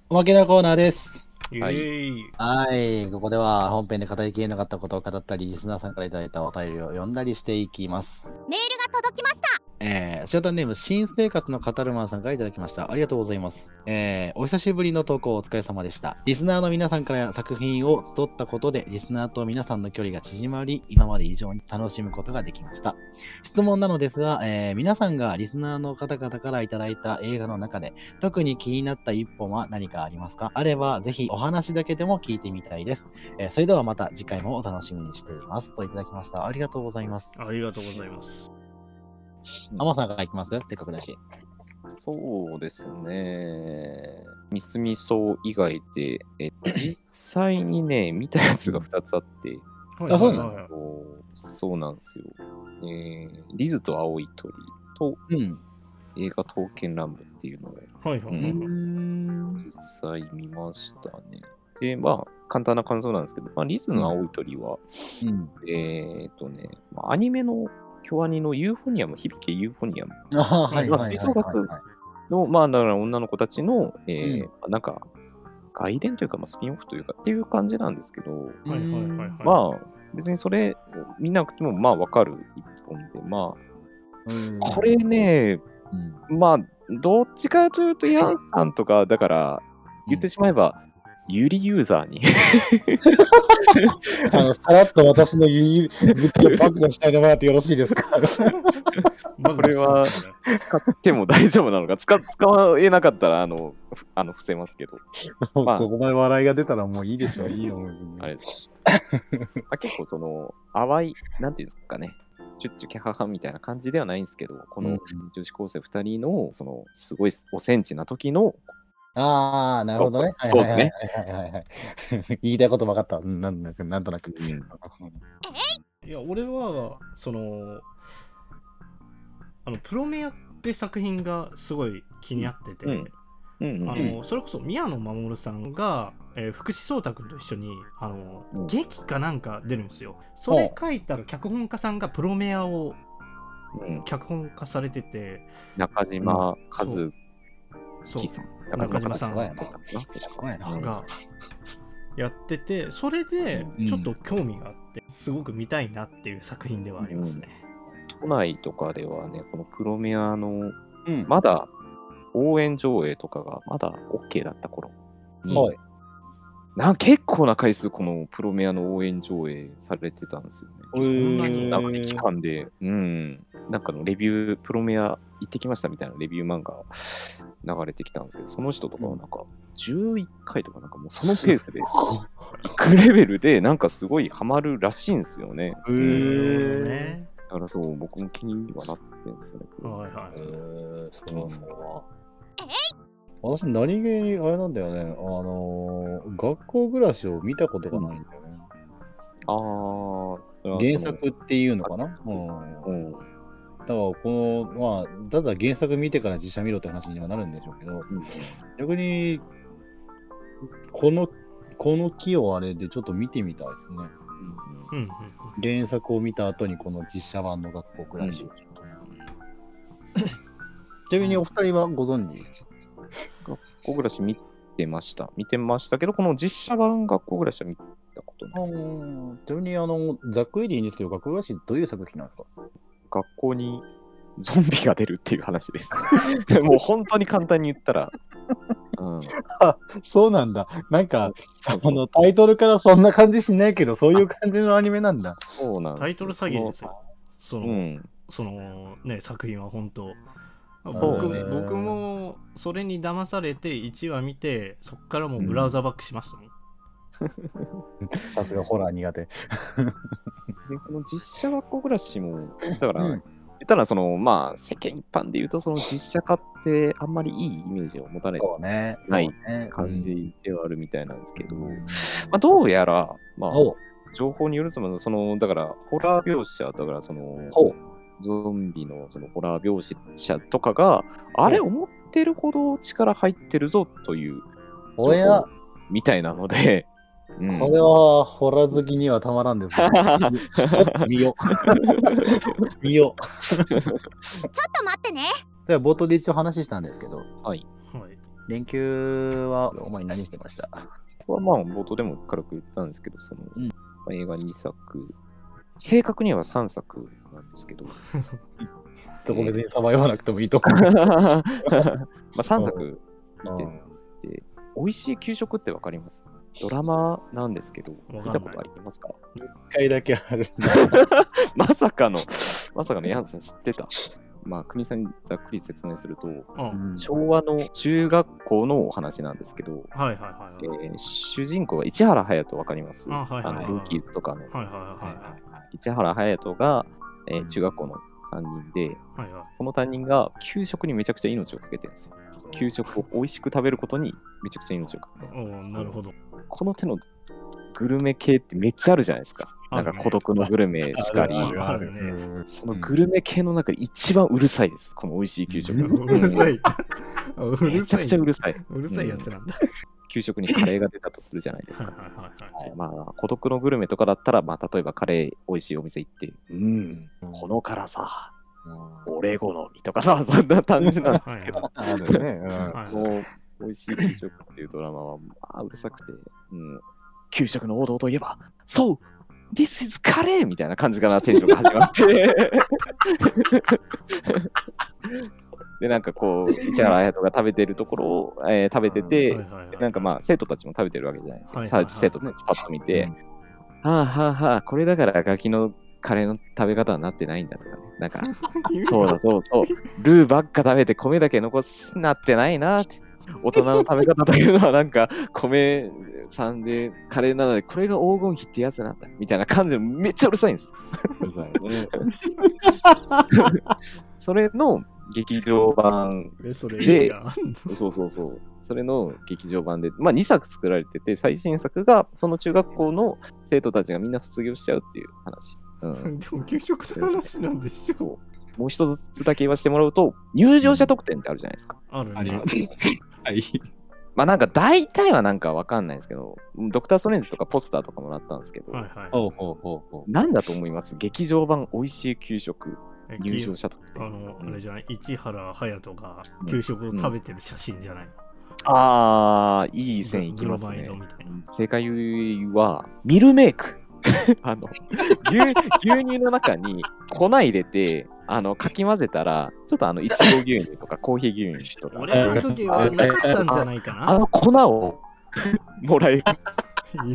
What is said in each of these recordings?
おまけのコーナーです。 イエーイ。 はい。ここでは本編で語りきれなかったことを語ったり、リスナーさんからいただいたお便りを読んだりしていきます。 メールが届きました。 シャータンネーム、新生活のカタルマンさんからいただきました。ありがとうございます。お久しぶりの投稿お疲れ様でした。リスナーの皆さんから作品を集ったことで、リスナーと皆さんの距離が縮まり、今まで以上に楽しむことができました。質問なのですが、皆さんがリスナーの方々からいただいた映画の中で、特に気になった一本は何かありますか？あれば、ぜひお話だけでも聞いてみたいです。それではまた次回もお楽しみにしています。といただきました。ありがとうございます。 ありがとうございます。 アマさんからいきます？せっかくだし。 そうですね。ミスミソ以外で、実際にね、見たやつが2つあって、 あそうなの？ そうなんですよ。リズと青い鳥と、映画刀剣乱舞っていうのを、実際見ましたね。で、まあ、簡単な感想なんですけど、リズの青い鳥は、アニメの京アニのユーフォニアム、響けユーフォニアム。吹奏楽の、だから女の子たちの、なんか、外伝というか、スピンオフというかっていう感じなんですけど、別にそれ見なくても、わかる一本で、これね、どっちかというと、ヤンさんとか、だから、言ってしまえば、ユリユーザーにさらっと私のユリ好きを暴露してもらってよろしいですか？ これは使っても大丈夫なのか、使えなかったら伏せますけど。 ここまで笑いが出たらもういいでしょう。いいよ。 あれ結構その淡い、なんていうんですかね。チュッチュキャハハみたいな感じではないんですけど、この女子高生2人の、そのすごいおセンチな時のああ、なるほどね。 そうですね。 言いたいこと分かった。なんとなく。 いや、俺は、プロメアって作品がすごい気になってて、それこそ宮野真守さんが、福士蒼汰君と一緒に劇かなんか出るんですよ。それ書いた脚本家さんがプロメアを脚本化されてて、 中島和樹さん。 中島さんがやってて、それでちょっと興味があって、すごく見たいなっていう作品ではありますね。 都内とかではね、このプロメアの、まだ応援上映とかがまだ OK だった頃に、結構な回数このプロメアの応援上映されてたんですよね。 そんなに長い期間で、なんかのレビュー、プロメア行ってきましたみたいなレビュー漫画流れてきたんですけど、その人とかはなんか11回とかなんかもうそのペースで行くレベルでなんかすごいハマるらしいんですよね。だからそう、僕も気にはなってんですよね。 私、何気にあれなんだよね。学校暮らしを見たことがないんだよね。原作っていうのかな？だからただ原作見てから実写見ろって話にはなるんでしょうけど、逆に、この木をあれでちょっと見てみたいですね。原作を見た後にこの実写版の学校暮らしを。ちなみにお二人はご存知？ 学校暮らし見てましたけど、この実写版学校暮らしは見たことない。 ちなみにざっくりでいいんですけど、学校暮らしどういう作品なんですか？ 学校にゾンビが出るっていう話です。もう本当に簡単に言ったら。 そうなんだ。なんか、タイトルからそんな感じしないけど、そういう感じのアニメなんだ。 そうなんです。 タイトル詐欺ですよ。そのね、作品は本当。僕もそれに騙されて1話見て、そっからもうブラウザバックしましたもん。 さすがホラー苦手。 で、この実写学校暮らしも、だから、言ったら世間一般で言うと、その実写化ってあんまりいいイメージを持たれない感じではあるみたいなんですけど、どうやら、情報によると、だから、ホラー描写、だからゾンビのそのホラー描写とかが、あれ思ってるほど力入ってるぞという情報みたいなので、 これはホラー好きにはたまらんですよ。ちょっと見よう。見よう。 ちょっと待ってね。 冒頭で一応話したんですけど、 連休は主に何してました？ まあ、冒頭でも軽く言ったんですけど、映画2作、正確には3作なんですけど、 そこ別にさまよわなくてもいいと思う。 まあ3作見てて、美味しい給食ってわかります？ドラマなんですけど、見たことありますか ？1回だけある。 まさかのヤンさん知ってた？まあ、国さんにざっくり説明すると、昭和の中学校のお話なんですけど、主人公は市原隼人わかります？ルーキーズとかの。市原隼人が、中学校の担任で、その担任が給食にめちゃくちゃ命をかけてるんですよ。給食を美味しく食べることにめちゃくちゃ命をかけてるんです。 なるほど。 この手のグルメ系ってめっちゃあるじゃないですか。なんか孤独のグルメしかり、そのグルメ系の中で一番うるさいです。この美味しい給食。 うるさい。 めちゃくちゃうるさい。 うるさいやつなんだ。 給食にカレーが出たとするじゃないですか。まあ、孤独のグルメとかだったら、まあ、例えばカレー美味しいお店行って、この辛さ、俺好みとかな、そんな感じなんですけど、もう美味しい給食っていうドラマは、まあ、うるさくて、給食の王道といえば、そう This is カレーみたいな感じかな、テンションが始まって。で、なんかこう、市原隼人が食べてるところを、食べてて、なんかまあ、生徒たちも食べてるわけじゃないですか。生徒たちパッと見て、これだからガキのカレーの食べ方はなってないんだとかね。なんか、そう、ルーばっか食べて米だけ残すなってないなって。大人の食べ方というのはなんか米さんでカレーなのでこれが黄金比ってやつなんだみたいな感じでめっちゃうるさいんです。それの劇場版で、それの劇場版で、まあ2作作られてて、最新作がその中学校の生徒たちがみんな卒業しちゃうっていう話。 でも給食の話なんでしょ。 もう一つだけ言わせてもらうと、入場者特典ってあるじゃないですか。 あるね。 はい。 まあなんか大体はなんかわかんないですけど、ドクターストレンジとかポスターとかもらったんですけど、なんだと思います？劇場版美味しい給食入場者特典。 あれじゃない、市原隼人が給食を食べてる写真じゃないの？ いい線いきますね。正解はミルメイク。牛乳の中に粉入れてかき混ぜたらちょっといちご牛乳とかコーヒー牛乳とか俺の時はなかったんじゃないかな。 粉をもらえる。 いらね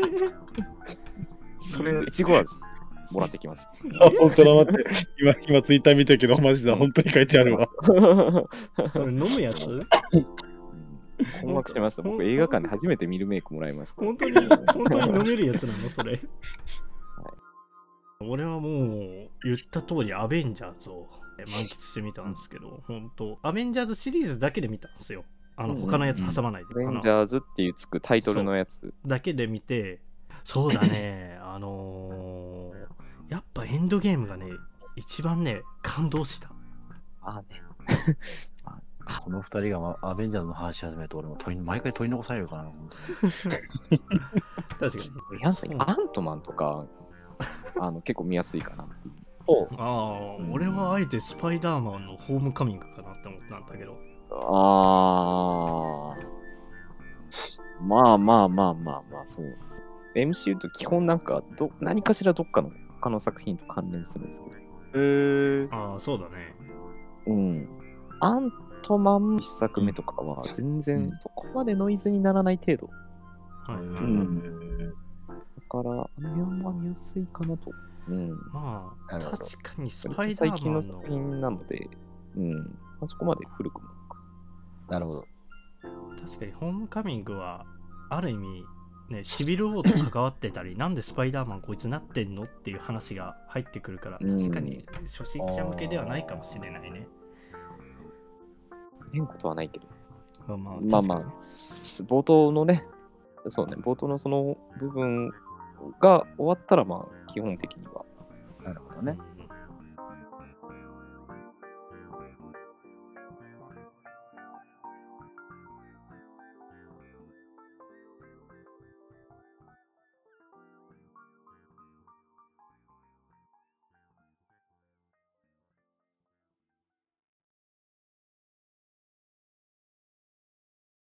それのいちご味もらってきました。 本当だ、待って。今ツイッター見たけどマジだ、本当に書いてあるわ。 それ飲むやつ？ 困惑してました。僕映画館で初めてミルメイクもらいました。 本当に飲めるやつなのそれ。俺はもう言った通りアベンジャーズを満喫してみたんですけど、本当アベンジャーズシリーズだけで見たんですよ。他のやつ挟まないで。 アベンジャーズっていうつくタイトルのやつだけで見て、そうだね。やっぱエンドゲームがね一番ね感動した。 この二人がアベンジャーズの話し始めると俺も毎回取り残されるかな。 確かに。 ヤンさん、アントマンとか結構見やすいかなっていう。 俺はあえてスパイダーマンのホームカミングかなって思ったんだけど。 まあ、そう。MCU と基本なんか何かしらどっかの他の作品と関連するんですけど。 そうだね。 アントマン1作目とかは全然そこまでノイズにならない程度。だから、あの辺は見やすいかなと。 まあ、確かにスパイダーマンの。 最近の作品なので、そこまで古くも。 なるほど。 確かに、ホームカミングは、ある意味、ね、シビル王と関わってたり、なんでスパイダーマンこいつなってんのっていう話が入ってくるから、確かに初心者向けではないかもしれないね。 変ことはないけど。 まあ、 冒頭のね、冒頭のその部分が終わったら、まあ、基本的には。 なるほどね。